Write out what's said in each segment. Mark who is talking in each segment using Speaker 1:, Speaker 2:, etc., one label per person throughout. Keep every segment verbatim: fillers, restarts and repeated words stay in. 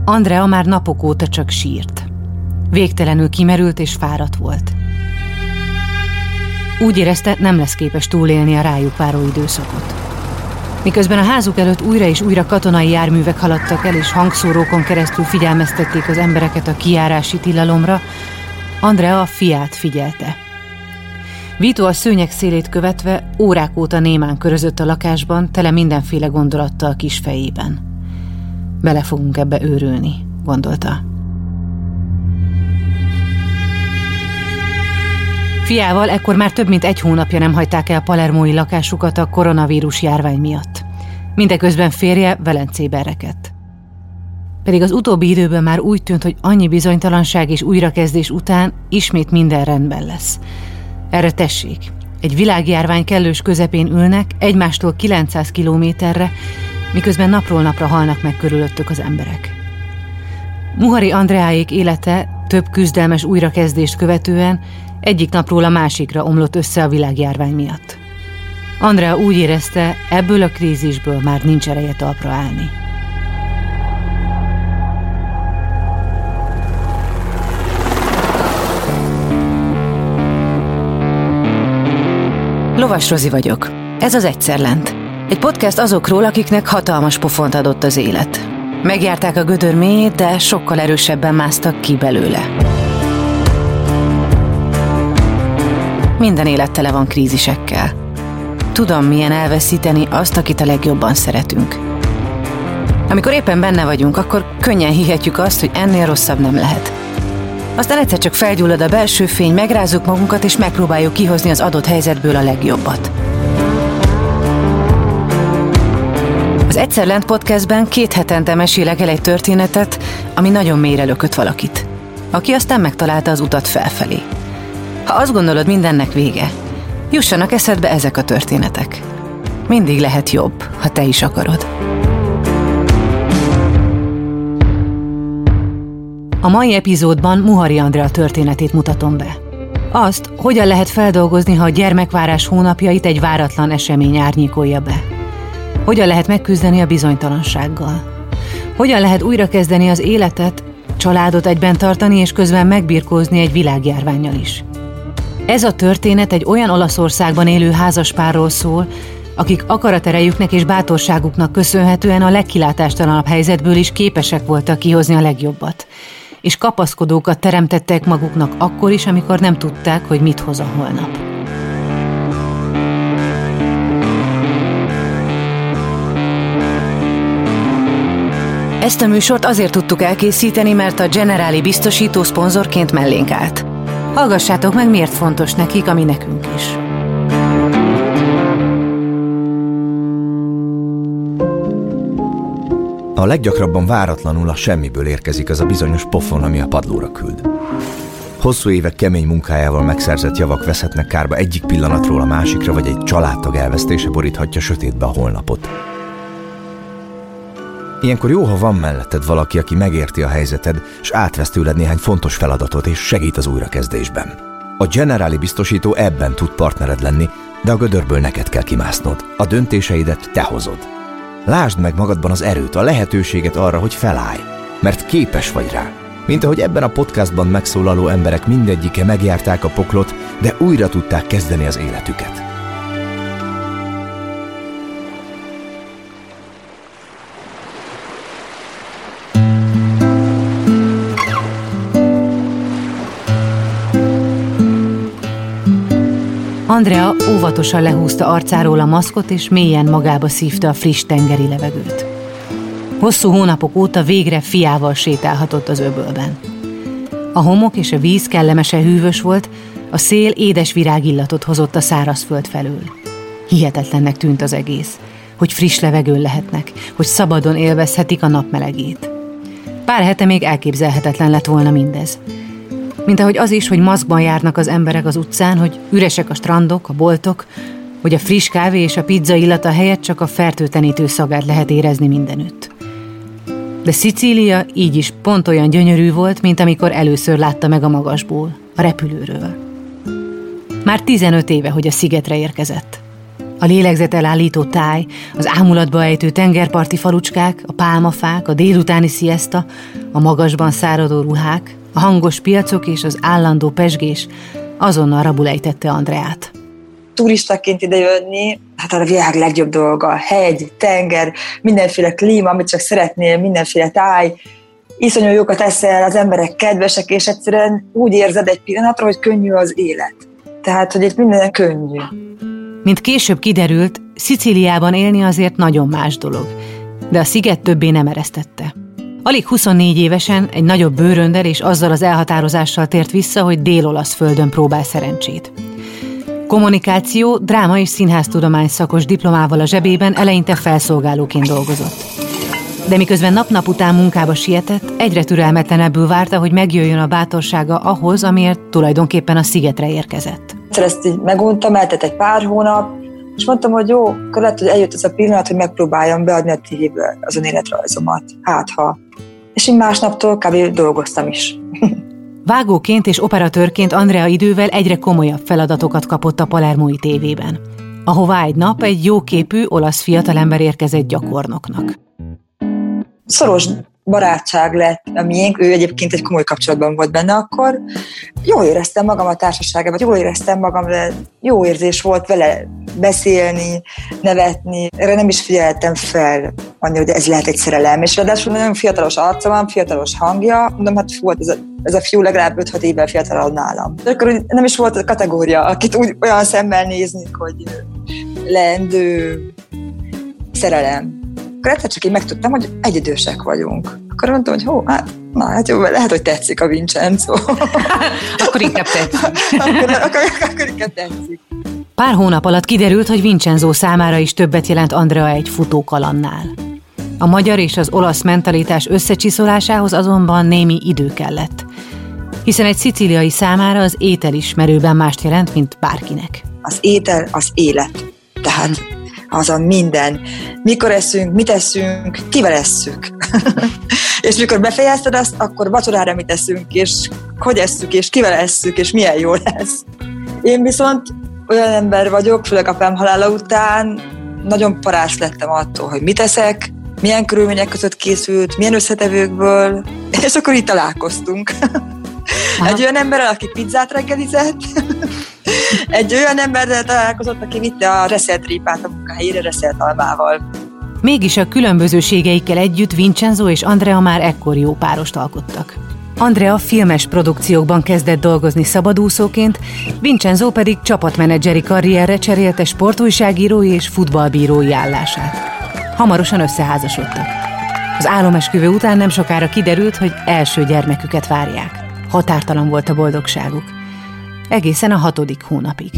Speaker 1: Andrea már napok óta csak sírt. Végtelenül kimerült és fáradt volt. Úgy érezte, nem lesz képes túlélni a rájuk váró időszakot. Miközben a házuk előtt újra és újra katonai járművek haladtak el, és hangszórókon keresztül figyelmeztették az embereket a kijárási tilalomra, Andrea a fiát figyelte. Vito a szőnyeg szélét követve órák óta némán körözött a lakásban, tele mindenféle gondolattal a kis fejében. Bele fogunk ebbe őrülni, gondolta. Fiával ekkor már több mint egy hónapja nem hagyták el palermói lakásukat a koronavírus járvány miatt. Mindeközben férje Velencében rekedt. Pedig az utóbbi időben már úgy tűnt, hogy annyi bizonytalanság és újrakezdés után ismét minden rendben lesz. Erre tessék, egy világjárvány kellős közepén ülnek egymástól kilencszáz kilométerre, miközben napról napra halnak meg körülöttük az emberek. Muhari Andreáék élete több küzdelmes újrakezdést követően egyik napról a másikra omlott össze a világjárvány miatt. Andrea úgy érezte, ebből a krízisből már nincs ereje talpra állni. Lovas Rozi vagyok. Ez az Egyszer Lent. Egy podcast azokról, akiknek hatalmas pofont adott az élet. Megjárták a gödör mélyét, de sokkal erősebben másztak ki belőle. Minden élet tele van krízisekkel. Tudom, milyen elveszíteni azt, akit a legjobban szeretünk. Amikor éppen benne vagyunk, akkor könnyen hihetjük azt, hogy ennél rosszabb nem lehet. Aztán egyszer csak felgyullad a belső fény, megrázzuk magunkat, és megpróbáljuk kihozni az adott helyzetből a legjobbat. Az Egyszer Lent podcastben két hetente mesélek el egy történetet, ami nagyon mélyre lökött valakit, aki aztán megtalálta az utat felfelé. Ha azt gondolod, mindennek vége, jussanak eszedbe ezek a történetek. Mindig lehet jobb, ha te is akarod. A mai epizódban Muhari Andrea történetét mutatom be. Azt, hogyan lehet feldolgozni, ha a gyermekvárás hónapjait egy váratlan esemény árnyékolja be. Hogyan lehet megküzdeni a bizonytalansággal. Hogyan lehet újrakezdeni az életet, családot egyben tartani és közben megbirkózni egy világjárvánnyal is. Ez a történet egy olyan Olaszországban élő házaspárról szól, akik akaraterejüknek és bátorságuknak köszönhetően a legkilátástalanabb helyzetből is képesek voltak kihozni a legjobbat, és kapaszkodókat teremtettek maguknak akkor is, amikor nem tudták, hogy mit hoz a holnap. Ezt a műsort azért tudtuk elkészíteni, mert a Generali biztosító szponzorként mellénk állt. Hallgassátok meg, miért fontos nekik, ami nekünk is.
Speaker 2: A leggyakrabban váratlanul a semmiből érkezik az a bizonyos pofon, ami a padlóra küld. Hosszú évek kemény munkájával megszerzett javak veszhetnek kárba egyik pillanatról a másikra, vagy egy családtag elvesztése boríthatja sötétbe a holnapot. Ilyenkor jó, ha van melletted valaki, aki megérti a helyzeted, és átvesz tőled néhány fontos feladatot, és segít az újrakezdésben. A Generali biztosító ebben tud partnered lenni, de a gödörből neked kell kimásznod. A döntéseidet te hozod. Lásd meg magadban az erőt, a lehetőséget arra, hogy felállj, mert képes vagy rá. Mint ahogy ebben a podcastban megszólaló emberek mindegyike megjárták a poklot, de újra tudták kezdeni az életüket.
Speaker 1: Andrea óvatosan lehúzta arcáról a maszkot, és mélyen magába szívta a friss tengeri levegőt. Hosszú hónapok óta végre fiával sétálhatott az öbölben. A homok és a víz kellemesen hűvös volt, a szél édes virágillatot hozott a szárazföld felől. Hihetetlennek tűnt az egész, hogy friss levegőn lehetnek, hogy szabadon élvezhetik a nap melegét. Pár hete még elképzelhetetlen lett volna mindez. Mint ahogy az is, hogy maszkban járnak az emberek az utcán, hogy üresek a strandok, a boltok, hogy a friss kávé és a pizza illata helyett csak a fertőtlenítő szagát lehet érezni mindenütt. De Szicília így is pont olyan gyönyörű volt, mint amikor először látta meg a magasból, a repülőről. Már tizenöt éve, hogy a szigetre érkezett. A lélegzetelállító táj, az ámulatba ejtő tengerparti falucskák, a pálmafák, a délutáni szieszta, a magasban száradó ruhák, a hangos piacok és az állandó pezsgés azonnal rabul ejtette Andreát.
Speaker 3: Turistaként idejönni, hát a világ legjobb dolga. Hegy, tenger, mindenféle klíma, amit csak szeretnél, mindenféle táj. Iszonyú jókat eszel, az emberek kedvesek, és egyszerűen úgy érzed egy pillanatra, hogy könnyű az élet. Tehát, hogy itt minden könnyű.
Speaker 1: Mint később kiderült, Szicíliában élni azért nagyon más dolog, de a sziget többé nem eresztette. Alig huszonnégy évesen egy nagyobb bőröndel és azzal az elhatározással tért vissza, hogy dél-olasz földön próbál szerencsét. Kommunikáció, dráma és színháztudomány szakos diplomával a zsebében eleinte felszolgálóként dolgozott. De miközben nap-nap után munkába sietett, egyre türelmetlenebbül várta, hogy megjöjjön a bátorsága ahhoz, amiért tulajdonképpen a szigetre érkezett.
Speaker 3: Ezt így meguntam, eltett egy pár hónap, és mondtam, hogy jó, akkor lehet, hogy eljött az a pillanat, hogy megpróbáljam beadni a tévéből az önéletrajzomat. Hát ha. És így másnaptól kb. Dolgoztam is.
Speaker 1: Vágóként és operatőrként Andrea idővel egyre komolyabb feladatokat kapott a palermói tévében, ahová egy nap egy jóképű olasz fiatalember érkezett gyakornoknak.
Speaker 3: Szoros barátság lett a miénk, ő egyébként egy komoly kapcsolatban volt benne akkor. Jól éreztem magam a társaságában, jól éreztem magam, jó érzés volt vele beszélni, nevetni. Erre nem is figyeltem fel annyira, hogy ez lehet egy szerelem. És ráadásul nagyon fiatalos arca van, fiatalos hangja. Mondom, hát volt ez a, ez a fiú legalább öt-hat évvel fiatalabb nálam. De akkor nem is volt a kategória, akit úgy olyan szemmel nézni, hogy leendő szerelem. Akkor egyszer csak én megtudtam, hogy egyidősek vagyunk. Akkor mondtam, hogy hó, hát, na, hát jó, lehet, hogy tetszik a Vincenzo.
Speaker 1: Akkor inkább tetszik.
Speaker 3: akkor, akkor, akkor inkább tetszik.
Speaker 1: Pár hónap alatt kiderült, hogy Vincenzo számára is többet jelent Andrea egy futókalannál. A magyar és az olasz mentalitás összecsiszolásához azonban némi idő kellett. Hiszen egy szicíliai számára az étel is merőben mást jelent, mint bárkinek.
Speaker 3: Az étel az élet. Tehát az a minden. Mikor eszünk, mit eszünk, kivel esszük. És mikor befejezted azt, akkor vacsorára mit eszünk, és hogy esszük, és kivel esszük, és milyen jó lesz. Én viszont olyan ember vagyok, főleg apám halála után, nagyon parás lettem attól, hogy mit eszek, milyen körülmények között készült, milyen összetevőkből, és akkor így találkoztunk. Aha. Egy olyan emberrel, aki pizzát reggelizett, egy olyan emberrel találkozott, aki vitte a reszelt répát a munkahelyére reszelt almával.
Speaker 1: Mégis a különbözőségeikkel együtt Vincenzo és Andrea már ekkor jó párost alkottak. Andrea filmes produkciókban kezdett dolgozni szabadúszóként, Vincenzo pedig csapatmenedzseri karrierre cserélte sportújságírói és futballbírói állását. Hamarosan összeházasodtak. Az álomesküvő után nem sokára kiderült, hogy első gyermeküket várják. Határtalan volt a boldogságuk. Egészen a hatodik hónapig.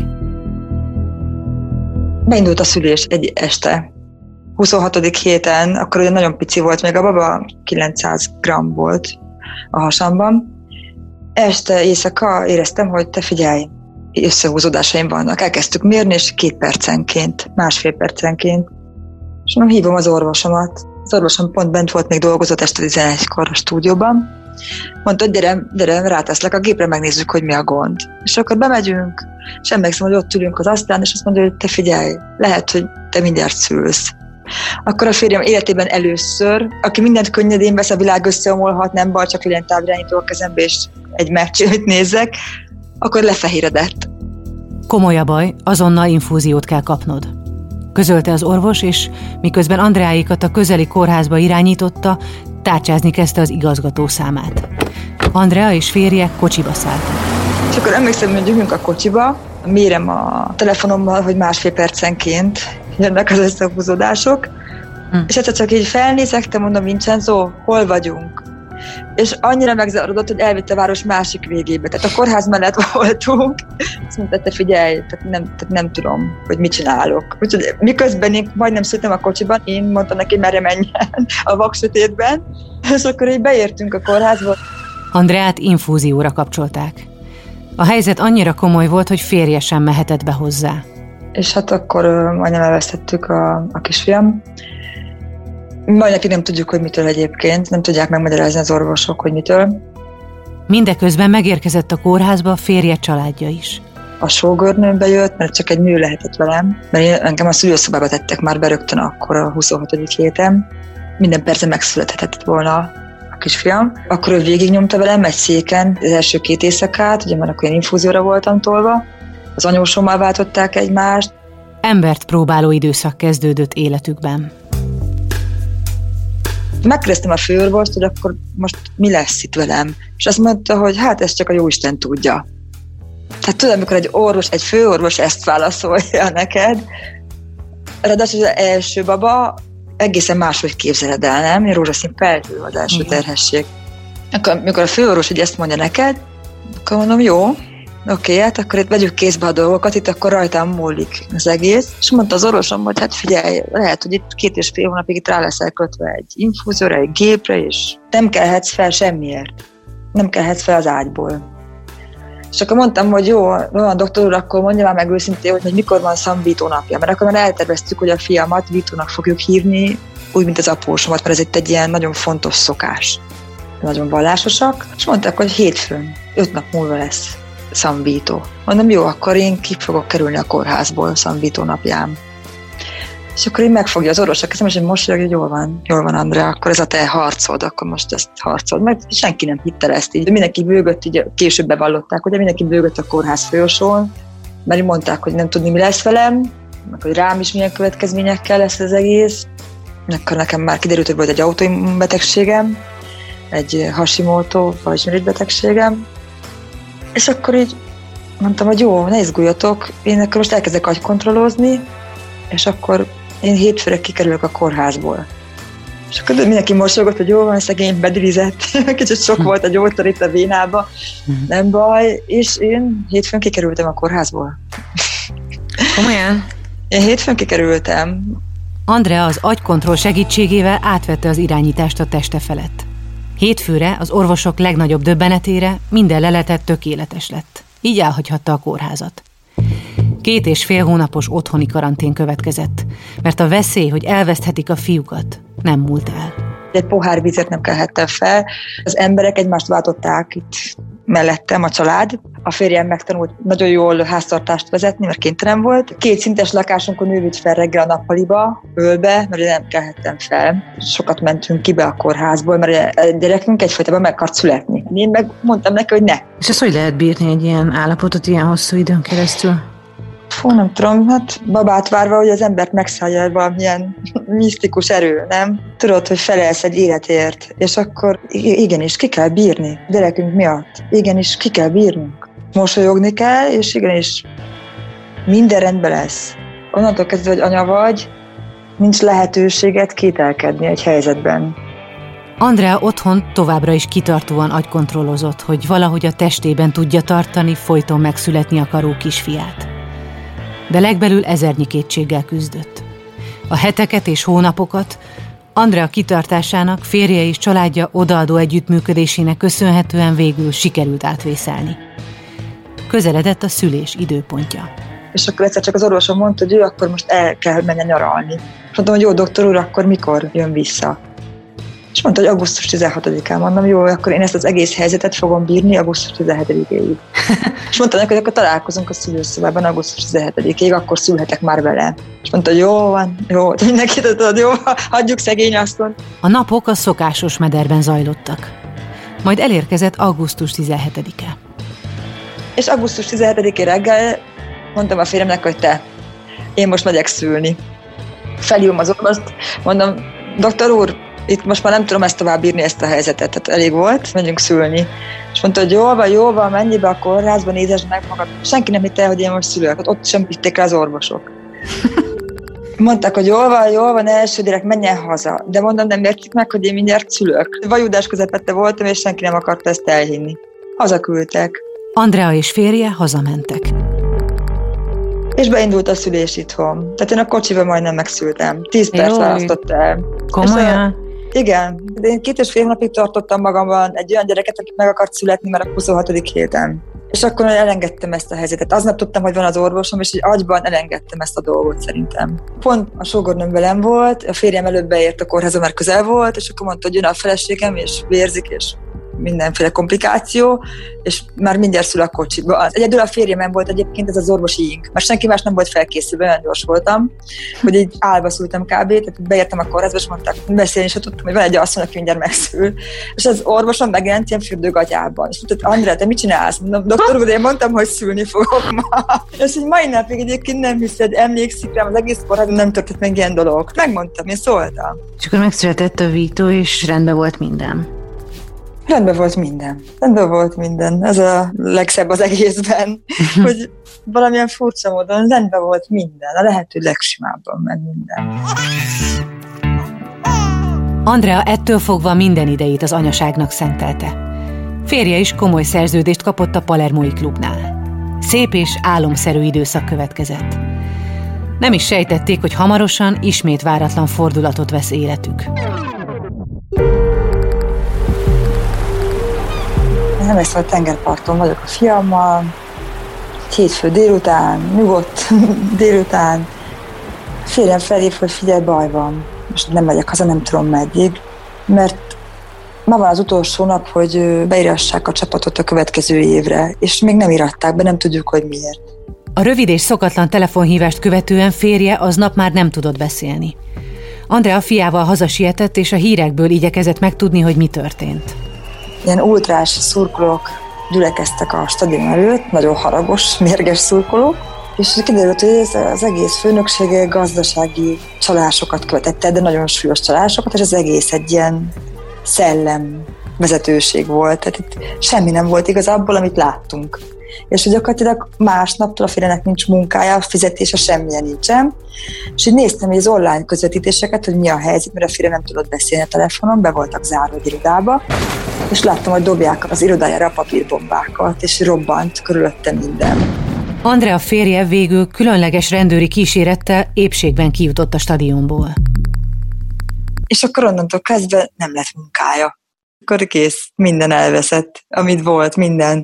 Speaker 3: Beindult a szülés egy este. huszonhatodik héten, akkor ugye nagyon pici volt még a baba, kilencszáz gramm volt a hasamban. Este, éjszaka éreztem, hogy te figyelj, összehúzódásaim vannak. Elkezdtük mérni, és két percenként, másfél percenként. És mondom, hívom az orvosomat. Az orvosom pont bent volt, még dolgozott este tizenegykor a stúdióban. Mondta, hogy gyere, gyere, ráteszlek a gépre, megnézzük, hogy mi a gond. És akkor bemegyünk, és emlékszem, hogy ott ülünk az asztalán, és azt mondja, hogy te figyelj, lehet, hogy te mindjárt szülsz. Akkor a férjem életében először, aki mindent könnyedén vesz, a világ összeomolhat, nem baj, csak legyen távirányító a kezembe, és egy meccset nézzek, akkor lefehéredett.
Speaker 1: Komoly a baj, azonnal infúziót kell kapnod. Közölte az orvos, és miközben Andreáikat a közeli kórházba irányította, tárcsázni kezdte az igazgató számát. Andrea és férje kocsiba szálltak.
Speaker 3: És akkor emlékszem, hogy ülünk a kocsiba, mérem a telefonommal, hogy másfél percenként jönnek az összehúzódások, hm. és egyszer csak így felnézek, te mondom, Vincenzo, hol vagyunk? És annyira megzavarodott, hogy elvitt a város másik végébe. Tehát a kórház mellett voltunk. Azt mondta, te figyelj, tehát nem, tehát nem tudom, hogy mit csinálok. Úgyhogy miközben én majdnem szültem a kocsiban, én mondtam neki, merre menjen a vaksötétben, és akkor így beértünk a kórházba.
Speaker 1: Andreát infúzióra kapcsolták. A helyzet annyira komoly volt, hogy férje sem mehetett be hozzá.
Speaker 3: És hát akkor majdnem elvesztettük a, a kisfiam. Majd neki nem tudjuk, hogy mitől egyébként, nem tudják megmagyarázni az orvosok, hogy mitől.
Speaker 1: Mindeközben megérkezett a kórházba férje családja is.
Speaker 3: A sógornőm bejött, mert csak egy nő lehetett velem, mert én, engem a szülőszobába tettek már be rögtön akkor a huszonhatodik héten. Minden percen megszülethetett volna a kisfiam. Akkor ő végignyomta velem egy széken az első két éjszakát, ugye már akkor én infúzióra voltam tolva. Az anyósommal váltották egymást.
Speaker 1: Embert próbáló időszak kezdődött életükben.
Speaker 3: Megkérdeztem a főorvost, hogy akkor most mi lesz itt velem. És azt mondta, hogy hát ezt csak a jóisten tudja. Tehát tudod, amikor egy orvos, egy főorvos ezt válaszolja neked, ráadásul az első baba egészen máshogy képzeled el, nem? Rózsaszín felhő az első terhesség. Akkor, amikor a főorvos ugye ezt mondja neked, akkor mondom, jó, oké, hát akkor itt vegyük kézbe a dolgokat, itt akkor rajtam múlik az egész. És mondta az orvosom, hogy hát figyelj, lehet, hogy itt két és fél hónapig itt rá leszel kötve egy infúzióra, egy gépre, és nem kelhetsz fel semmiért. Nem kelhetsz fel az ágyból. És akkor mondtam, hogy jó, olyan doktor úr, akkor mondja már meg őszintén, hogy mikor van Sam Vito napja. Mert akkor már elterveztük, hogy a fiamat Vitónak fogjuk hívni, úgy, mint az apósomat, mert ez itt egy ilyen nagyon fontos szokás. Nagyon vallásosak. És mondták, hogy hétfőn, öt nap múlva lesz Sam Vito. Mondom, jó, akkor én ki fogok kerülni a kórházból Sam Vito napján. És akkor én megfogja az orvos a kezem, és én mosolyog, hogy jól van, jól van, Andrea, akkor ez a te harcod, akkor most ezt harcod. Mert senki nem hitte ezt így. Mindenki bőgött, így később bevallották, ugye mindenki bőgött a kórház folyosón, mert mondták, hogy nem tudni, mi lesz velem, meg hogy rám is milyen következményekkel lesz az egész. Akkor nekem már kiderült, hogy volt egy autoimmunbetegségem, egy Hashimoto vagy betegségem. És akkor így mondtam, hogy jó, ne izguljatok, én akkor most elkezdek agykontrollozni, és akkor én hétfőre kikerülök a kórházból. És akkor mindenki mosolygott, hogy jó van, szegény bedrizett, kicsit sok volt a gyógyszer itt a vénába, nem baj, és én hétfőn kikerültem a kórházból.
Speaker 1: Komolyan?
Speaker 3: Én hétfőn kikerültem.
Speaker 1: Andrea az agykontroll segítségével átvette az irányítást a teste felett. Hétfőre az orvosok legnagyobb döbbenetére minden leletet tökéletes lett. Így elhagyhatta a kórházat. Két és fél hónapos otthoni karantén következett, mert a veszély, hogy elveszthetik a fiúkat, nem múlt el.
Speaker 3: Egy pohár vizet nem kelhettem fel. Az emberek egymást váltották itt mellettem, a család. A férjem megtanult nagyon jól háztartást vezetni, mert kénytelen volt. Két szintes lakásunkon ő vitt fel reggel a nappaliba, ölbe, mert nem kelhettem fel. Sokat mentünk ki be a kórházból, mert a gyerekünk egyfajtában meg akart születni. Én meg mondtam neki, hogy ne.
Speaker 4: És ezt hogy lehet bírni egy ilyen állapotot ilyen hosszú időn keresztül?
Speaker 3: Fú, nem tudom, hát babát várva, hogy az embert megszállja valamilyen misztikus erő, nem? Tudod, hogy felelsz egy életért, és akkor igenis ki kell bírni, gyerekünk miatt. Igenis ki kell bírnunk. Mosolyogni kell, és igenis minden rendben lesz. Onnantól kezdve, hogy anya vagy, nincs lehetőséget kételkedni egy helyzetben.
Speaker 1: Andrea otthon továbbra is kitartóan agykontrollozott, hogy valahogy a testében tudja tartani folyton megszületni akaró kisfiát. De legbelül ezernyi kétséggel küzdött. A heteket és hónapokat Andrea kitartásának, férje és családja odaadó együttműködésének köszönhetően végül sikerült átvészelni. Közeledett a szülés időpontja.
Speaker 3: És akkor egyszer csak az orvosom mondta, hogy ő akkor most el kell menni nyaralni. És mondtam, hogy jó, doktor úr, akkor mikor jön vissza? És mondta, hogy augusztus tizenhatodikán. Mondom, jó, akkor én ezt az egész helyzetet fogom bírni augusztus tizenhetedikéig. És mondta neki, hogy akkor találkozunk a szülőszobában augusztus tizenhetedikéig, akkor szülhetek már vele. És mondta, hogy jó van, jó, mindenki tudod, jó, hagyjuk szegény asszont.
Speaker 1: A napok a szokásos mederben zajlottak. Majd elérkezett augusztus tizenhetedike.
Speaker 3: És augusztus tizenhetedikén reggel mondtam a férjemnek, hogy te, én most megyek szülni. Felhívom az orvost, mondom, doktor úr, itt most már nem tudom ezt tovább bírni, ezt a helyzetet, tehát elég volt, megyünk szülni. És mondta, hogy jól van, jól van, menj be a kórházba, nézesd meg magad. Senki nem hitte el, hogy én most szülök, hát ott sem hitték rá az orvosok. Mondták, hogy jól van, jól van, első gyerek, menjen haza. De mondom, nem értik meg, hogy én mindjárt szülök. Vajudás közepette voltam, és senki nem akarta ezt elhinni. Hazaküldtek.
Speaker 1: Andrea és férje hazamentek.
Speaker 3: És beindult a szülés itthon. Tehát én a kocsiba majdnem megszültem. Tíz perc választott el.
Speaker 4: Komolyan?
Speaker 3: Igen, de én két és fél napig tartottam magamban egy olyan gyereket, aki meg akart születni már a huszonhatodik héten. És akkor elengedtem ezt a helyzetet. Aznap tudtam, hogy van az orvosom, és így agyban elengedtem ezt a dolgot szerintem. Pont a sógornőm velem volt, a férjem előbb beért a kórházba, mert közel volt, és akkor mondta, hogy jön a feleségem, és vérzik, és mindenféle komplikáció, és már mindjárt szül a kocsiba. Egyedül a férjemen volt egyébként ez az orvosi ink, mert senki más nem volt felkészülve, olyan gyors voltam, hogy így állva szültem kb. Tehát beértem a kórházba, és mondták, beszélni is tudtam, hogy van egy asszony, aki mindjárt megszül. És az orvosom megjelent ilyen fürdőgatyában. És mondta, Andrea, te mit csinálsz? Mondom, doktor úr, én mondtam, hogy szülni fogok ma. És így mai napig egyébként nem hiszed, emlékszik rám, az egész kórházban nem történt meg ilyen dolog. Megmondtam, én szóltam.
Speaker 4: És akkor megszületett a Vito, és rendben volt minden.
Speaker 3: Rendben volt minden. Rendben volt minden. Ez a legszebb az egészben, hogy valamilyen furcsa módon rendben volt minden. A lehető legsimábban meg minden.
Speaker 1: Andrea ettől fogva minden idejét az anyaságnak szentelte. Férje is komoly szerződést kapott a palermói klubnál. Szép és álomszerű időszak következett. Nem is sejtették, hogy hamarosan ismét váratlan fordulatot vesz életük.
Speaker 3: Nem ezt a tengerparton vagyok a fiammal, hétfő délután, nyugodt délután. Férjem felhív, hogy figyelj, baj van. Most nem megyek haza, nem tudom meddig, mert ma van az utolsó nap, hogy beírassák a csapatot a következő évre, és még nem iratták be, nem tudjuk, hogy miért.
Speaker 1: A rövid és szokatlan telefonhívást követően férje aznap már nem tudott beszélni. Andrea fiával hazasietett, és a hírekből igyekezett megtudni, hogy mi történt.
Speaker 3: Ilyen ultrás szurkolók gyülekeztek a stadion előtt, nagyon haragos, mérges szurkolók, és kiderült, hogy ez az egész főnöksége gazdasági csalásokat követett, de nagyon súlyos csalásokat, és az egész egy ilyen szellem vezetőség volt. Tehát itt semmi nem volt igazából, amit láttunk. És hogy gyakorlatilag másnaptól a férjenek nincs munkája, fizetése, semmilyen nincsen. És így néztem hogy az online közvetítéseket, hogy mi a helyzet, mert a férje nem tudott beszélni a telefonon, be voltak zárva egy irodába, és láttam, hogy dobják az irodájára a papírbombákat, és robbant körülötte minden.
Speaker 1: Andrea férje végül különleges rendőri kísérettel épségben kijutott a stadionból.
Speaker 3: És akkor onnantól kezdve nem lett munkája. Akkor kész, minden elveszett, amit volt, minden.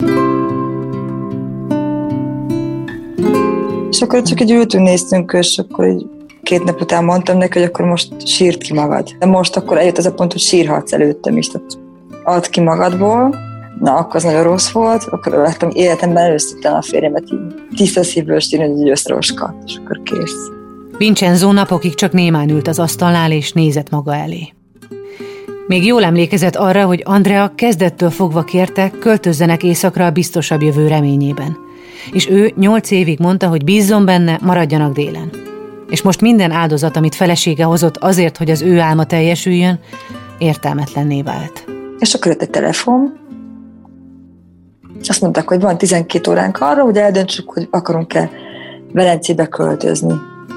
Speaker 3: És akkor csak egy ültünk, néztünk, és akkor egy két nap után mondtam neki, hogy akkor most sírt ki magad. De most akkor eljött az a pont, hogy sírhatsz előttem is. Tehát add ki magadból. Na, akkor az nagyon rossz volt. Akkor láttam életemben először a férjemet így tiszta szívből sírni, hogy egy összroskat, és akkor kész.
Speaker 1: Vincenzo napokig csak némán ült az asztalnál, és nézett maga elé. Még jól emlékezett arra, hogy Andrea kezdettől fogva kérte, költözzenek északra a biztosabb jövő reményében. És ő nyolc évig mondta, hogy bízzon benne, maradjanak délen. És most minden áldozat, amit felesége hozott azért, hogy az ő álma teljesüljön, értelmetlenné vált.
Speaker 3: És akkor jött egy telefon, és azt mondták, hogy van tizenkét óránk arra, hogy eldöntsük, hogy akarunk-e Velencébe költözni.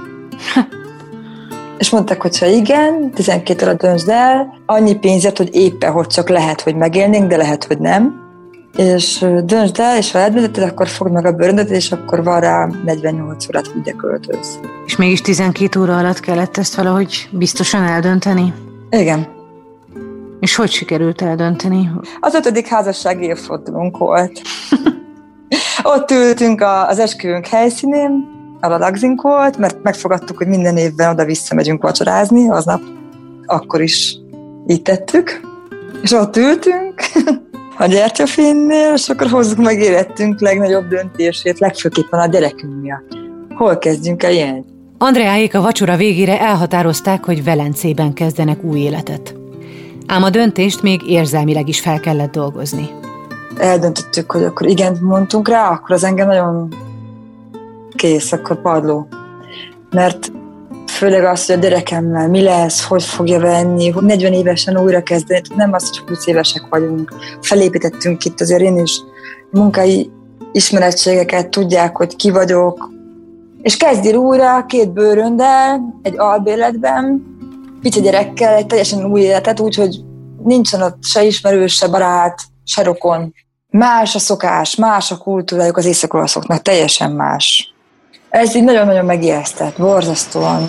Speaker 3: És mondták, hogy ha igen, tizenkét óra döntsd el, annyi pénzért, hogy éppen, hogy csak lehet, hogy megélnénk, de lehet, hogy nem. És döntsd el, és ha eldöntötted, akkor fogd meg a bőröndöt, és akkor van rá negyvennyolc órát, hogy ide költözz.
Speaker 4: És mégis tizenkét óra alatt kellett ezt valahogy biztosan eldönteni?
Speaker 3: Igen.
Speaker 4: És hogy sikerült eldönteni?
Speaker 3: Az ötödik házassági évfordulónk volt. Ott ültünk az esküvőnk helyszínén, a Lagzink volt, mert megfogadtuk, hogy minden évben oda-vissza megyünk vacsorázni, aznap akkor is így tettük. És ott ültünk a gyertyafénynél, és akkor hozzuk meg életünk legnagyobb döntését, legfőképpen a gyerekünk miatt. Hol kezdjünk el ilyen?
Speaker 1: Andreáék a vacsora végére elhatározták, hogy Velencében kezdenek új életet. Ám a döntést még érzelmileg is fel kellett dolgozni.
Speaker 3: Eldöntöttük, hogy akkor igent mondtunk rá, akkor az engem nagyon kész, akkor padló. Mert főleg az, hogy a gyerekemmel mi lesz, hogy fogja venni, hogy negyven évesen újra kezdeni, nem az, hogy húsz évesek vagyunk. Felépítettünk itt azért én is munkai ismerettségeket, tudják, hogy ki vagyok. És kezdjél újra két bőröndel, egy albérletben, pici gyerekkel, egy teljesen új életet, úgyhogy nincsen ott se ismerős, se barát, se rokon. Más a szokás, más a kultúrájuk az észak-olaszoknak, teljesen más. Ez így nagyon-nagyon megijesztett, borzasztóan.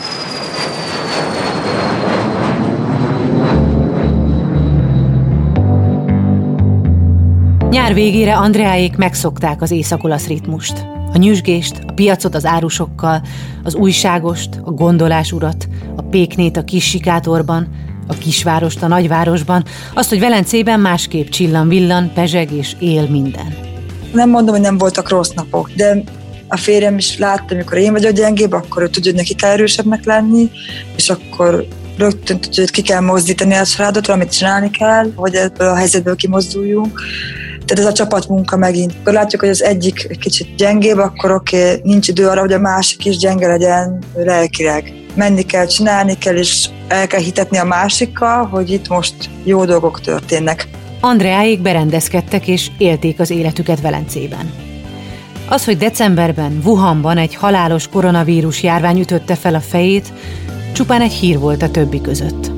Speaker 1: Nyár végére Andreáék megszokták az észak-olasz ritmust. A nyüzsgést, a piacot az árusokkal, az újságost, a gondolásurat, a péknét a kis sikátorban, A kisvárost a nagyvárosban, azt, hogy Velencében másképp csillan-villan, pezseg és él minden.
Speaker 3: Nem mondom, hogy nem voltak rossz napok, de a férjem is látta, amikor én vagyok gyengébb, akkor ő tudja, hogy neki kell erősebbnek lenni, és akkor rögtön tudja, hogy ki kell mozdítani a családot, valamit csinálni kell, hogy ebből a helyzetből kimozduljunk. Tehát ez a csapatmunka megint. Akkor látjuk, hogy az egyik egy kicsit gyengébb, akkor oké, okay, nincs idő arra, hogy a másik is gyenge legyen lelkileg. Menni kell, csinálni kell, és el kell hitetni a másikkal, hogy itt most jó dolgok történnek.
Speaker 1: Andreáék berendezkedtek és élték az életüket Velencében. Az, hogy decemberben Wuhanban egy halálos koronavírus járvány ütötte fel a fejét, csupán egy hír volt a többi között.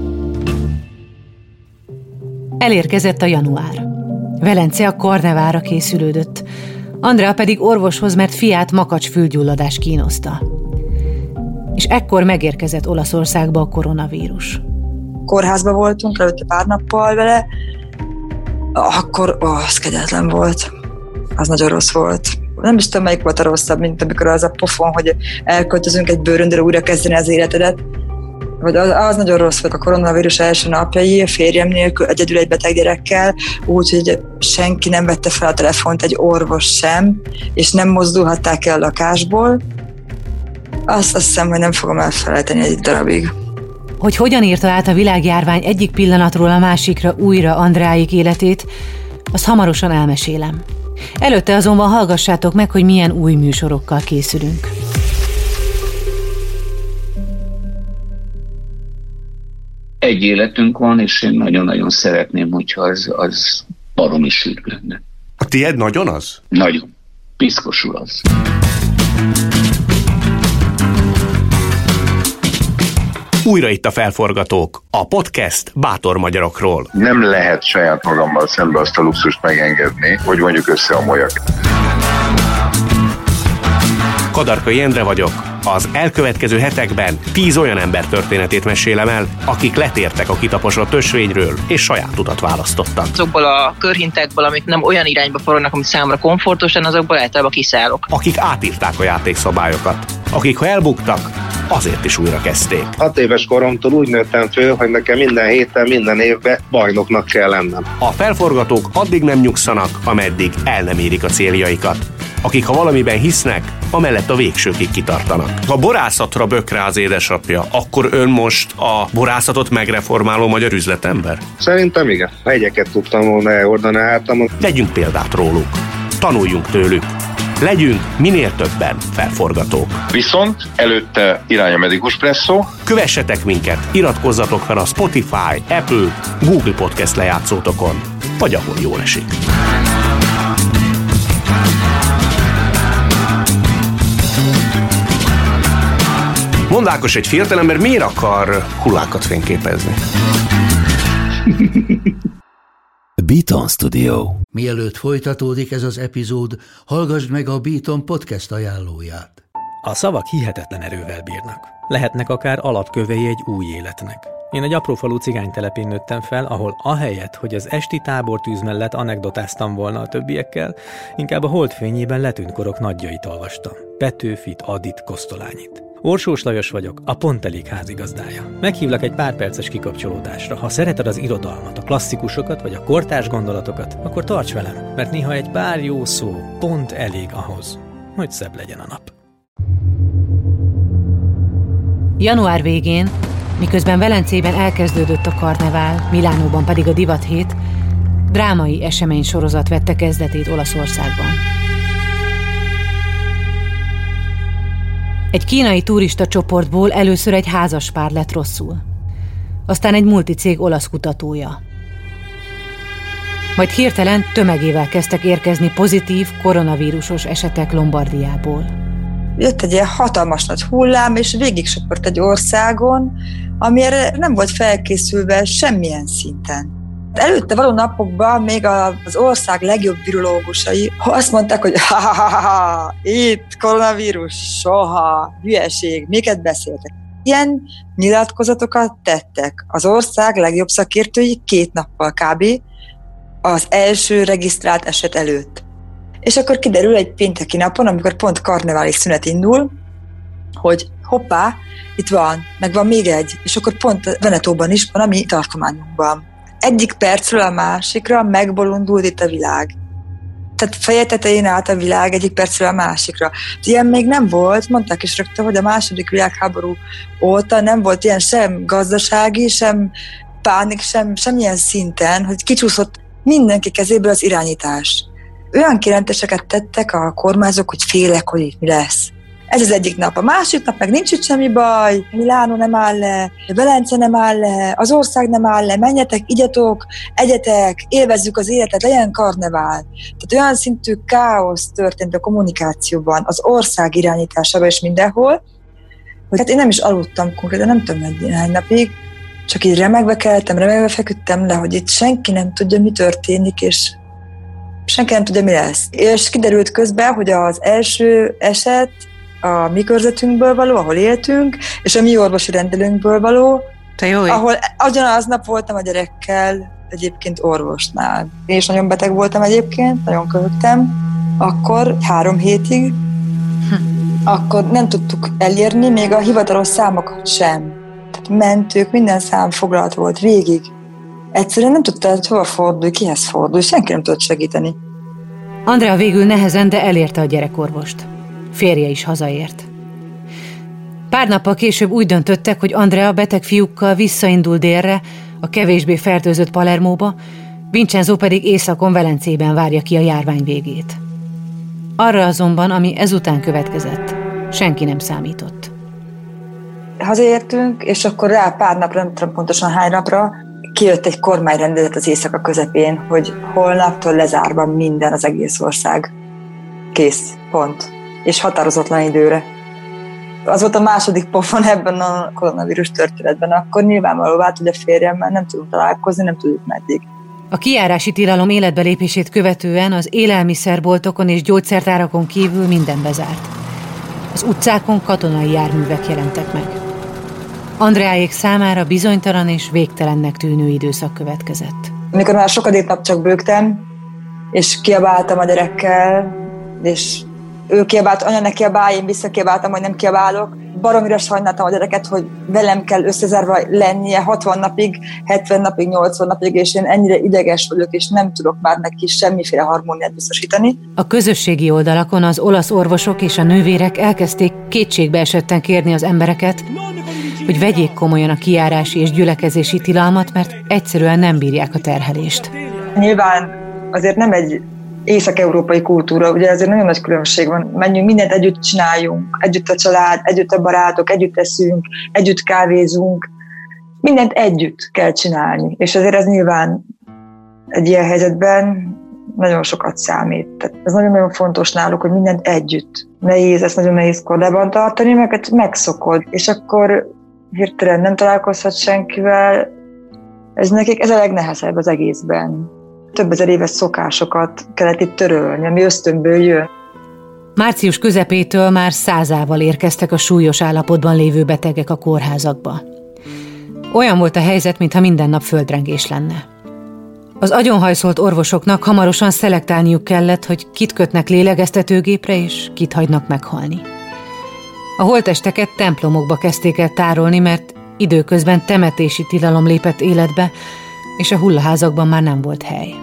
Speaker 1: Elérkezett a január. Velence a karnevára készülődött, Andrea pedig orvoshoz, mert fiát makacsfülgyulladás kínoszta. És ekkor megérkezett Olaszországba a koronavírus.
Speaker 3: Kórházban voltunk, előtte pár nappal vele, akkor ó, az kegyetlen volt. Az nagyon rossz volt. Nem is tudom, melyik volt a rosszabb, mint amikor az a pofon, hogy elköltözünk egy bőröndre újra kezdeni az életedet. Az, az nagyon rossz volt a koronavírus első napjai, a férjem nélkül, egyedül egy beteg gyerekkel, úgyhogy senki nem vette fel a telefont, egy orvos sem, és nem mozdulhatták el a lakásból. Azt, azt hiszem, hogy nem fogom elfelejteni egy darabig.
Speaker 1: Hogy hogyan írta át a világjárvány egyik pillanatról a másikra újra Andreáék életét, azt hamarosan elmesélem. Előtte azonban hallgassátok meg, hogy milyen új műsorokkal készülünk.
Speaker 5: Egy életünk van, és én nagyon-nagyon szeretném, hogyha az, az baromi sűrű lenne.
Speaker 6: A tiéd nagyon az?
Speaker 5: Nagyon. Piszkosul az.
Speaker 6: Újra itt a Felforgatók, a podcast bátor magyarokról.
Speaker 7: Nem lehet saját magammal szembe azt a luxust megengedni, hogy mondjuk összeomoljak.
Speaker 6: Kadarkai Endre vagyok. Az elkövetkező hetekben tíz olyan ember történetét mesélem el, akik letértek a kitaposott ösvényről, és saját utat választottak.
Speaker 8: Azokból a körhintekből, amik nem olyan irányba forognak, ami számomra komfortosan, azokból általában kiszállok.
Speaker 6: Akik átírták a játékszabályokat. Akik, ha elbuktak, azért is újra kezdték.
Speaker 9: Hat éves koromtól úgy nőttem föl, hogy nekem minden héten, minden évben bajnoknak kell lennem.
Speaker 6: A Felforgatók addig nem nyugszanak, ameddig el nem érik a céljaikat. Akik, ha valamiben hisznek, amellett a végsőkig kitartanak. Ha borászatra bök rá az édesapja, akkor ön most a borászatot megreformáló magyar üzletember?
Speaker 9: Szerintem igen. Hegyeket tudtam volna elhordani a hátamon.
Speaker 6: Vegyünk példát róluk. Tanuljunk tőlük. Legyünk minél többen felforgatók.
Speaker 7: Viszont előtte irány a medikus presszó.
Speaker 6: Kövessetek minket, iratkozzatok fel a Spotify, Apple, Google Podcast lejátszótokon, vagy ahol jól esik. Mondd Ákos, egy fiatalember miért akar hullákat fényképezni?
Speaker 10: Beaton Studio. Mielőtt folytatódik ez az epizód, hallgassd meg a Beaton podcast ajánlóját.
Speaker 11: A szavak hihetetlen erővel bírnak. Lehetnek akár alapkövei egy új életnek. Én egy aprófalu cigánytelepén nőttem fel, ahol ahelyett, hogy az esti tábortűz mellett anekdotáztam volna a többiekkel, inkább a holdfényében letűnt korok nagyjait olvastam. Petőfit, Adit, Kosztolányit. Orsós Lajos vagyok, a Pont Elég házigazdája. Meghívlak egy pár perces kikapcsolódásra. Ha szereted az irodalmat, a klasszikusokat vagy a kortárs gondolatokat, akkor tarts velem, mert néha egy pár jó szó pont elég ahhoz, hogy szebb legyen a nap.
Speaker 1: Január végén, miközben Velencében elkezdődött a karnevál, Milánóban pedig a divathét, drámai eseménysorozat vette kezdetét Olaszországban. Egy kínai turista csoportból először egy házaspár lett rosszul. Aztán egy multicég olasz kutatója. Majd hirtelen tömegével kezdtek érkezni pozitív koronavírusos esetek Lombardiából.
Speaker 3: Jött egy ilyen hatalmas nagy hullám, és végig söpört egy országon, amire nem volt felkészülve semmilyen szinten. Előtte való napokban még az ország legjobb virológusai azt mondták, hogy ha, ha, ha, ha, itt koronavírus, soha, hülyeség, miket beszéltek. Ilyen nyilatkozatokat tettek az ország legjobb szakértői két nappal kb. Az első regisztrált eset előtt. És akkor kiderül egy pénteki napon, amikor pont karneváli szünet indul, hogy hoppá, itt van, meg van még egy, és akkor pont Venetóban is van a mi tartományunkban. Egyik percről a másikra megbolondult itt a világ. Tehát feje tetején állt a világ egyik percről a másikra. Ilyen még nem volt, mondták is rögtön, hogy a második világháború óta nem volt ilyen sem gazdasági, sem pánik, sem, semmilyen szinten, hogy kicsúszott mindenki kezéből az irányítás. Olyan kijelentéseket tettek a kormányzók, hogy félek, hogy itt mi lesz. Ez az egyik nap. A másik nap meg nincs itt semmi baj, Milánó nem áll le, Velence nem áll le, az ország nem áll le, menjetek, igyatok, egyetek, élvezzük az életet, legyen karnevál. Tehát olyan szintű káosz történt a kommunikációban, az ország irányításában és mindenhol, hogy hát én nem is aludtam konkrétan, nem tudom, egy néhány napig, csak így remegve keltem, remegve feküdtem le, hogy itt senki nem tudja, mi történik, és senki nem tudja, mi lesz. És kiderült közben, hogy az első eset a mi körzetünkből való, ahol éltünk, és a mi orvosi rendelőnkből való,
Speaker 4: te jó,
Speaker 3: ahol ugyanaznap voltam a gyerekkel egyébként orvosnál. Én is nagyon beteg voltam egyébként, nagyon köhögtem. Akkor három hétig, hm. akkor nem tudtuk elérni még a hivatalos számokat sem. Tehát mentők, minden szám foglalt volt végig. Egyszerűen nem tudta, hogy hova fordulj, kihez fordulj, senki nem tudott segíteni.
Speaker 1: Andrea végül nehezen, de elérte a gyerekorvost. Férje is hazaért. Pár nappal később úgy döntöttek, hogy Andrea beteg fiúkkal visszaindul délre, a kevésbé fertőzött Palermóba, Vincenzo pedig északon Velencében várja ki a járvány végét. Arra azonban, ami ezután következett, senki nem számított.
Speaker 3: Hazaértünk, és akkor rá pár napra, nem tudom pontosan hány napra, kijött egy kormányrendelet az éjszaka közepén, hogy holnaptól lezárva minden, az egész ország. Kész, pont. És határozatlan időre. Az volt a második pofon ebben a koronavírus történetben. Akkor nyilvánvaló vált, hogy a férjemmel nem tudunk találkozni, nem tudjuk meddig.
Speaker 1: A kijárási tilalom életbelépését követően az élelmiszerboltokon és gyógyszertárakon kívül minden bezárt. Az utcákon katonai járművek jelentek meg. Andreáék számára bizonytalan és végtelennek tűnő időszak következett.
Speaker 3: Amikor már sokadik nap csak bőgtem, és kiabáltam a gyerekkel, és ő kiabált, anya ne kiabálj, én visszakiabáltam, hogy nem kiabálok. Baromira sajnáltam a gyereket, hogy velem kell összezárva lennie hatvan napig, hetven napig, nyolcvan napig, és én ennyire ideges vagyok, és nem tudok már neki semmiféle harmóniát biztosítani.
Speaker 1: A közösségi oldalakon az olasz orvosok és a nővérek elkezdték kétségbe esetten kérni az embereket, hogy vegyék komolyan a kijárási és gyülekezési tilalmat, mert egyszerűen nem bírják a terhelést.
Speaker 3: Nyilván azért nem egy észak-európai kultúra, ugye ezért nagyon nagy különbség van. Menjünk, mindent együtt csináljunk, együtt a család, együtt a barátok, együtt eszünk, együtt kávézunk, mindent együtt kell csinálni, és azért ez nyilván egy ilyen helyzetben nagyon sokat számít. Tehát ez nagyon-nagyon fontos náluk, hogy mindent együtt. Nehéz, ezt nagyon nehéz kordában tartani, mert megszokod, és akkor hirtelen nem találkozhat senkivel. Ez nekik ez a legnehezebb az egészben. Több ezer éves szokásokat kellett itt törölni, ami ösztönből jön.
Speaker 1: Március közepétől már százával érkeztek a súlyos állapotban lévő betegek a kórházakba. Olyan volt a helyzet, mintha minden nap földrengés lenne. Az agyonhajszolt orvosoknak hamarosan szelektálniuk kellett, hogy kit kötnek lélegeztetőgépre és kit hagynak meghalni. A holttesteket templomokba kezdték el tárolni, mert időközben temetési tilalom lépett életbe, és a hullaházakban már nem volt hely.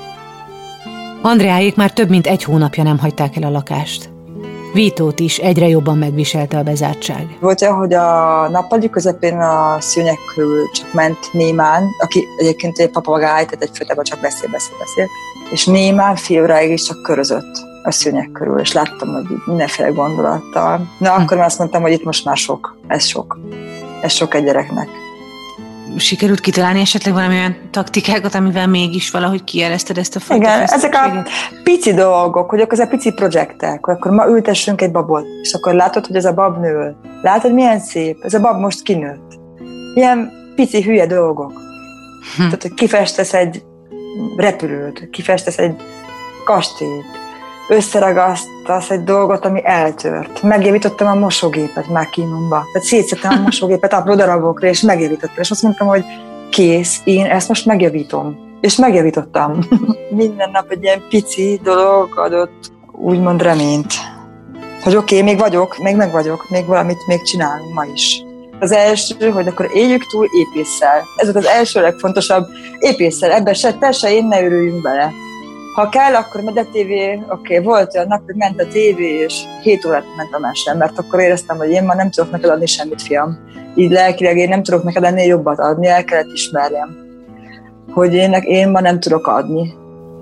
Speaker 1: Andreáék már több mint egy hónapja nem hagyták el a lakást. Vítót is egyre jobban megviselte a bezártság.
Speaker 3: Volt olyan, hogy a nappali közepén a szőnyeg körül csak ment némán, aki egyébként egy papagáj, tehát egyfajtában csak beszél, beszél, beszél, és némán fél óráig is csak körözött a szőnyeg körül, és láttam, hogy mindenféle gondolattal. Na, akkor már azt mondtam, hogy itt most már sok, ez sok. Ez sok egy gyereknek.
Speaker 4: Sikerült kitalálni esetleg valamilyen taktikákat, amivel mégis valahogy kijelezted ezt a fajta
Speaker 3: Igen, ezek a pici dolgok, hogy akkor ezek a pici projektek, hogy akkor ma ültessünk egy babot, és akkor látod, hogy ez a bab nő. Látod, milyen szép, ez a bab most kinőtt. Ilyen pici hülye dolgok. Hm. Tehát, hogy kifestesz egy repülőt, kifestesz egy kastélyt, összeragasztasz egy dolgot, ami eltört. Megjavítottam a mosógépet már kínumba. Tehát szétszedtem a mosógépet apró darabokra, és megjavítottam. És azt mondtam, hogy kész, én ezt most megjavítom. És megjavítottam. Minden nap egy ilyen pici dolog adott úgymond reményt. hogy oké, okay, még vagyok, még meg vagyok, még valamit még csinálunk ma is. Az első, hogy akkor éljük túl épésszel. Ez volt az első legfontosabb, épésszel. Ebben se te, se én ne örüljünk bele. Ha kell, akkor megy a tévé, oké, okay, volt olyan nap, hogy ment a tévé, és hét órát ment a mese, mert akkor éreztem, hogy én ma nem tudok neked adni semmit, fiam. Így lelkileg én nem tudok neked ennél jobbat adni, el kellett ismerjem, hogy én, én ma nem tudok adni.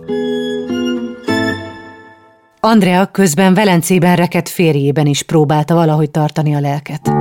Speaker 1: Andrea közben Velencében rekedt férjében is próbálta valahogy tartani a lelket.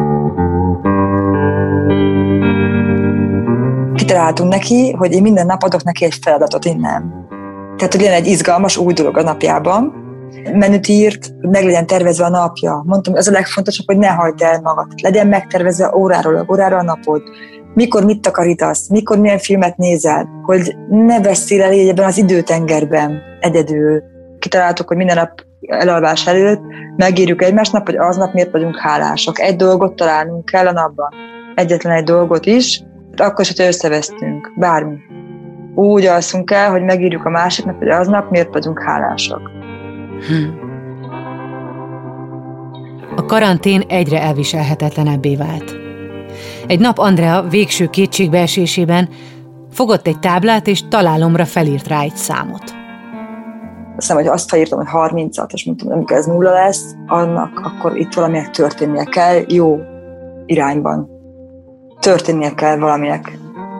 Speaker 3: Kitaláltunk neki, hogy én minden nap adok neki egy feladatot innen. Tehát, hogy legyen egy izgalmas új dolog a napjában. Menüt írt, hogy meg legyen tervezve a napja. Mondtam, hogy az a legfontosabb, hogy ne hagyd el magad. Legyen megtervezve óráról órára a napod. Mikor mit takarítasz, mikor milyen filmet nézel, hogy ne veszél el ebben az időtengerben egyedül. Kitaláltuk, hogy minden nap elalvás előtt megírjuk egymásnak, hogy aznap miért vagyunk hálások. Egy dolgot találnunk kell a napban. Egyetlen egy dolgot is, akkor is, hogyha összevesztünk, bármi. Úgy alszunk el, hogy megírjuk a másiknak, hogy aznap miért vagyunk hálásak.
Speaker 1: Hm. A karantén egyre elviselhetetlenebbé vált. Egy nap Andrea végső kétségbeesésében fogott egy táblát, és találomra felírt rá egy számot.
Speaker 3: Azt hiszem, hogy azt felírtam, hogy harmincat, és mondtam, hogy amikor ez nulla lesz, annak akkor itt valaminek történnie kell, jó irányban. Történnie kell valaminek.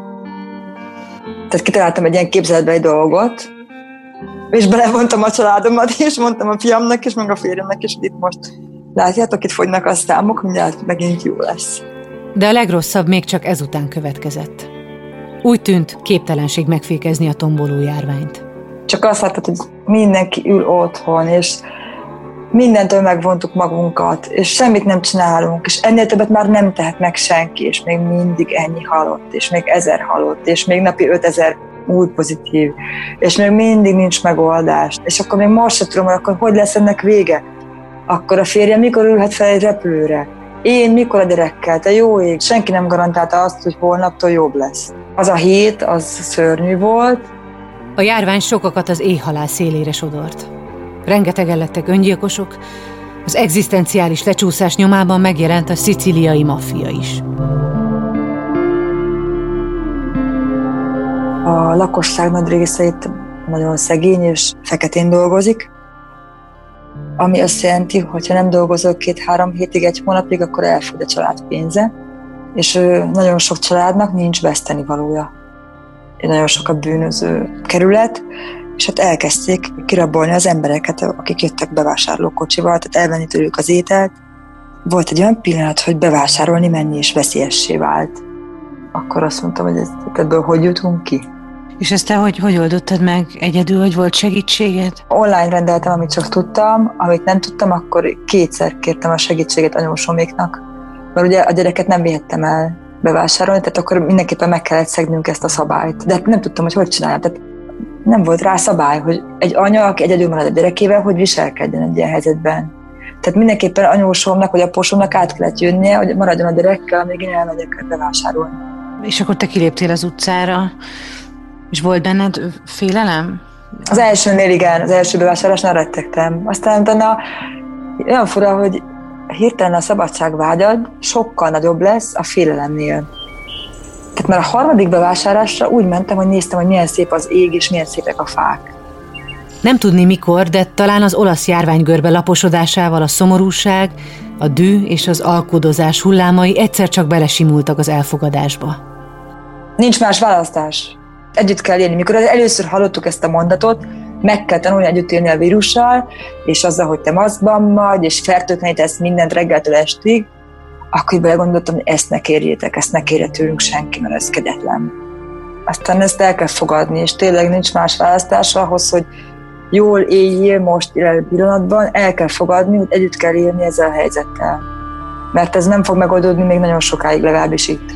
Speaker 3: Tehát kitaláltam egy ilyen képzeletbe egy dolgot, és belevontam a családomat, és mondtam a fiamnak, és meg a férjemnek is, hogy itt most látjátok, itt fogynak a számok, mindjárt megint jó lesz.
Speaker 1: De a legrosszabb még csak ezután következett. Úgy tűnt, képtelenség megfékezni a tomboló járványt.
Speaker 3: Csak azt láttad, hogy mindenki ül otthon, és mindentől megvontuk magunkat, és semmit nem csinálunk, és ennél többet már nem tehet meg senki, és még mindig ennyi halott, és még ezer halott, és még napi ötezer új pozitív, és még mindig nincs megoldás. És akkor még most sem tudom, hogy akkor hogy lesz ennek vége? Akkor a férjem mikor ülhet fel egy repülőre? Én mikor a gyerekkel? Te jó ég! Senki nem garantálta azt, hogy holnaptól jobb lesz. Az a hét, az szörnyű volt.
Speaker 1: A járvány sokakat az éhhalál szélére sodort. Rengetegen lettek öngyilkosok, az egzisztenciális lecsúszás nyomában megjelent a szicíliai maffia is.
Speaker 3: A lakosság nagy része itt nagyon szegény és feketén dolgozik, ami azt jelenti, hogy ha nem dolgozol két-három hétig, egy hónapig, akkor elfogy a család pénze, és nagyon sok családnak nincs vesztenivalója. Nagyon sok a bűnöző kerület, és hát elkezdték kirabolni az embereket, akik jöttek bevásárlókocsival, tehát elvenni tőlük az ételt. Volt egy olyan pillanat, hogy bevásárolni menni és veszélyessé vált. Akkor azt mondtam, hogy ezt, ebből hogy jutunk ki?
Speaker 4: És ezt te hogy, hogy oldottad meg egyedül, hogy volt segítséged?
Speaker 3: Online rendeltem, amit csak tudtam, amit nem tudtam, akkor kétszer kértem a segítséget anyósoméknak, mert ugye a gyereket nem vihettem el bevásárolni, tehát akkor mindenképpen meg kellett szegnünk ezt a szabályt. De nem tudtam, hogy hogy csináljam. Tehát nem volt rá szabály, hogy egy anya, aki egyedül marad a gyerekével, hogy viselkedjen egy ilyen helyzetben. Tehát mindenképpen anyósomnak vagy apósomnak át kellett jönnie, hogy maradjon a gyerekkel, amíg én elmegyek bevásárolni.
Speaker 4: És akkor te kiléptél az utcára, és volt benned félelem?
Speaker 3: Az elsőnél igen, az első bevásárlásnál rettegtem. Aztán utána olyan fura, hogy hirtelen a szabadságvágyad sokkal nagyobb lesz a félelemnél. Tehát már a harmadik bevásárlásra úgy mentem, hogy néztem, hogy milyen szép az ég, és milyen szépek a fák.
Speaker 1: Nem tudni mikor, de talán az olasz járványgörbe laposodásával a szomorúság, a dű és az alkudozás hullámai egyszer csak belesimultak az elfogadásba.
Speaker 3: Nincs más választás. Együtt kell élni. Mikor először hallottuk ezt a mondatot, meg kell tanulni együtt élni a vírussal, és azzal, hogy te maszkban vagy, és fertőtlenítesz mindent reggeltől estig, akkor belegondoltam, hogy ezt ne kérjétek, ezt ne kérje tőlünk senki, mert ez kegyetlen. Aztán ezt el kell fogadni, és tényleg nincs más választás ahhoz, hogy jól éljél most jelen pillanatban, el kell fogadni, hogy együtt kell élni ezzel a helyzettel. Mert ez nem fog megoldódni még nagyon sokáig, legalábbis itt.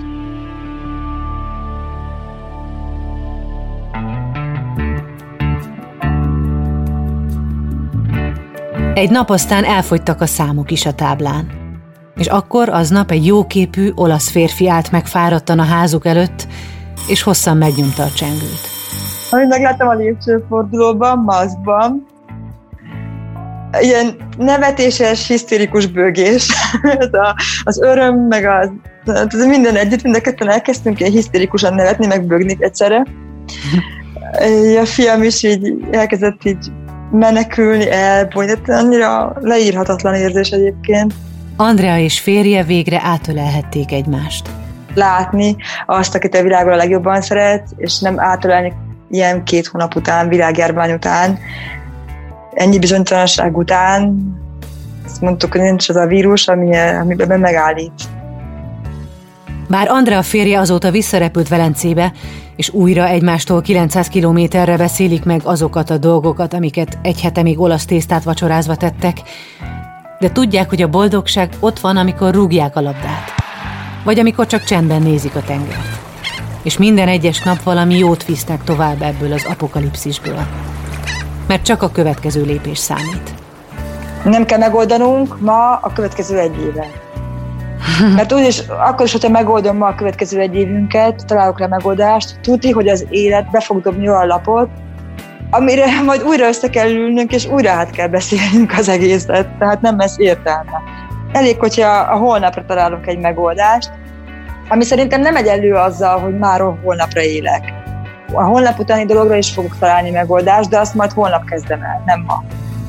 Speaker 1: Egy nap aztán elfogytak a számok is a táblán. És akkor aznap egy jóképű olasz férfi állt meg fáradtan a házuk előtt, és hosszan megnyomta a csengőt.
Speaker 3: Amit megláttam a lépcsőfordulóban, maszkban, ilyen nevetéses, hisztérikus bőgés. Ez a, az öröm, meg az, az minden együtt, mind a ketten elkezdtünk ilyen hisztérikusan nevetni, meg bőgni egyszerre. A fiam is így elkezdett így menekülni, elbújni, annyira leírhatatlan érzés egyébként.
Speaker 1: Andrea és férje végre átölelhették egymást.
Speaker 3: Látni azt, akit a világban a legjobban szeret, és nem átölelni ilyen két hónap után, világjárvány után, ennyi bizonytalanság után. Azt mondtuk, hogy nincs az a vírus, ami, amiben megállít.
Speaker 1: Bár Andrea férje azóta visszarepült Velencébe, és újra egymástól kilencszáz kilométerre beszélik meg azokat a dolgokat, amiket egy hete még olasz tésztát vacsorázva tettek, de tudják, hogy a boldogság ott van, amikor rúgják a labdát, vagy amikor csak csendben nézik a tengert. És minden egyes nap valami jót visznek tovább ebből az apokalipszisből. Mert csak a következő lépés számít.
Speaker 3: Nem kell megoldanunk ma a következő egy évet. Mert úgyis, akkor is, hogyha megoldom ma a következő egy évünket, találok rá megoldást, tudni, hogy az élet be fog dobni olyan lapot, amire majd újra össze kell ülnünk, és újra át kell beszélnünk az egészet, tehát nem lesz értelme. Elég, hogyha a holnapra találok egy megoldást, ami szerintem nem egyenlő azzal, hogy már holnapra élek. A holnap utáni dologra is fogok találni megoldást, de azt majd holnap kezdem el, nem ma.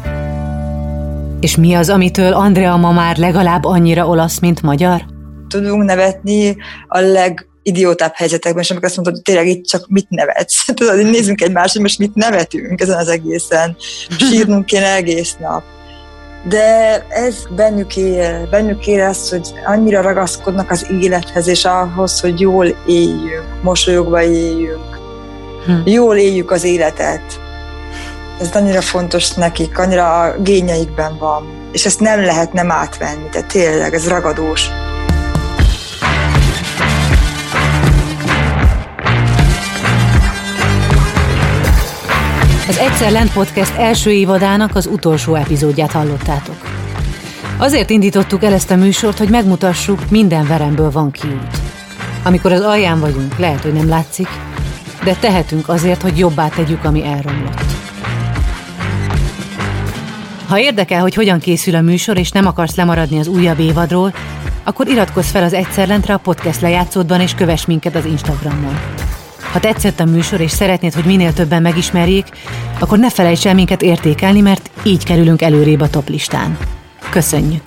Speaker 1: És mi az, amitől Andrea ma már legalább annyira olasz, mint magyar?
Speaker 3: Tudunk nevetni a legidiótább helyzetekben, és amikor azt mondod, hogy tényleg itt csak mit nevetsz. Tudod, hogy nézzünk egymásra, most mit nevetünk ezen az egészen. Sírnunk kéne egész nap. De ez bennük él, bennük él az, hogy annyira ragaszkodnak az élethez, és ahhoz, hogy jól éljünk, mosolyogva éljünk. Hm. Jól éljük az életet. Ez annyira fontos nekik, annyira a génjeikben van. És ezt nem lehet nem átvenni, de tényleg, ez ragadós.
Speaker 1: Az Egyszer Lent Podcast első évadának az utolsó epizódját hallottátok. Azért indítottuk el ezt a műsort, hogy megmutassuk, minden veremből van kiút. Amikor az alján vagyunk, lehet, hogy nem látszik, de tehetünk azért, hogy jobbá tegyük, ami elromlott. Ha érdekel, hogy hogyan készül a műsor, és nem akarsz lemaradni az újabb évadról, akkor iratkozz fel az Egyszer Lentre a podcast lejátszódban, és kövess minket az Instagramon. Ha tetszett a műsor, és szeretnéd, hogy minél többen megismerjék, akkor ne felejts el minket értékelni, mert így kerülünk előrébb a toplistán. Köszönjük!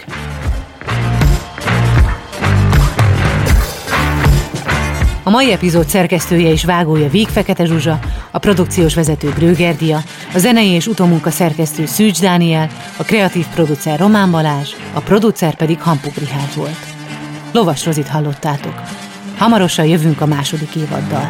Speaker 1: A mai epizód szerkesztője és vágója Víg Fekete Zsuzsa, a produkciós vezető Grőgerdia, a zenei és utómunka szerkesztő Szűcs Dániel, a kreatív producer Román Balázs, a producer pedig Hampuk Richárd volt. Lovas Rozit hallottátok. Hamarosan jövünk a második évaddal.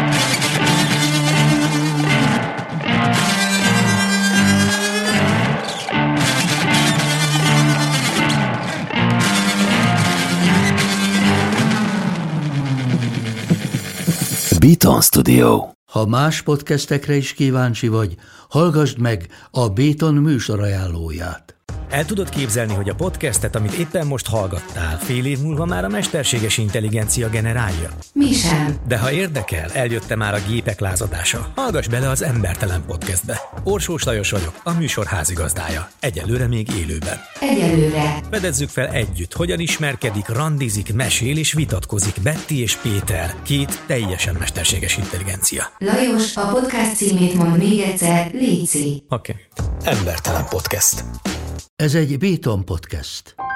Speaker 10: Béton Studio. Ha más podcastekre is kíváncsi vagy, hallgassd meg a Béton műsor ajánlóját.
Speaker 12: El tudod képzelni, hogy a podcastet, amit éppen most hallgattál, fél év múlva már a mesterséges intelligencia generálja?
Speaker 13: Mi sem.
Speaker 12: De ha érdekel, eljött már a gépek lázadása. Hallgass bele az Embertelen Podcastbe. Orsós Lajos vagyok, a műsor házigazdája. Egyelőre még élőben.
Speaker 13: Egyelőre.
Speaker 12: Fedezzük fel együtt, hogyan ismerkedik, randizik, mesél és vitatkozik Betty és Péter, két teljesen mesterséges intelligencia.
Speaker 13: Lajos, a podcast címét mond még egyszer, léci.
Speaker 12: Oké. Okay. Embertelen Podcast.
Speaker 10: Ez egy Béton Podcast.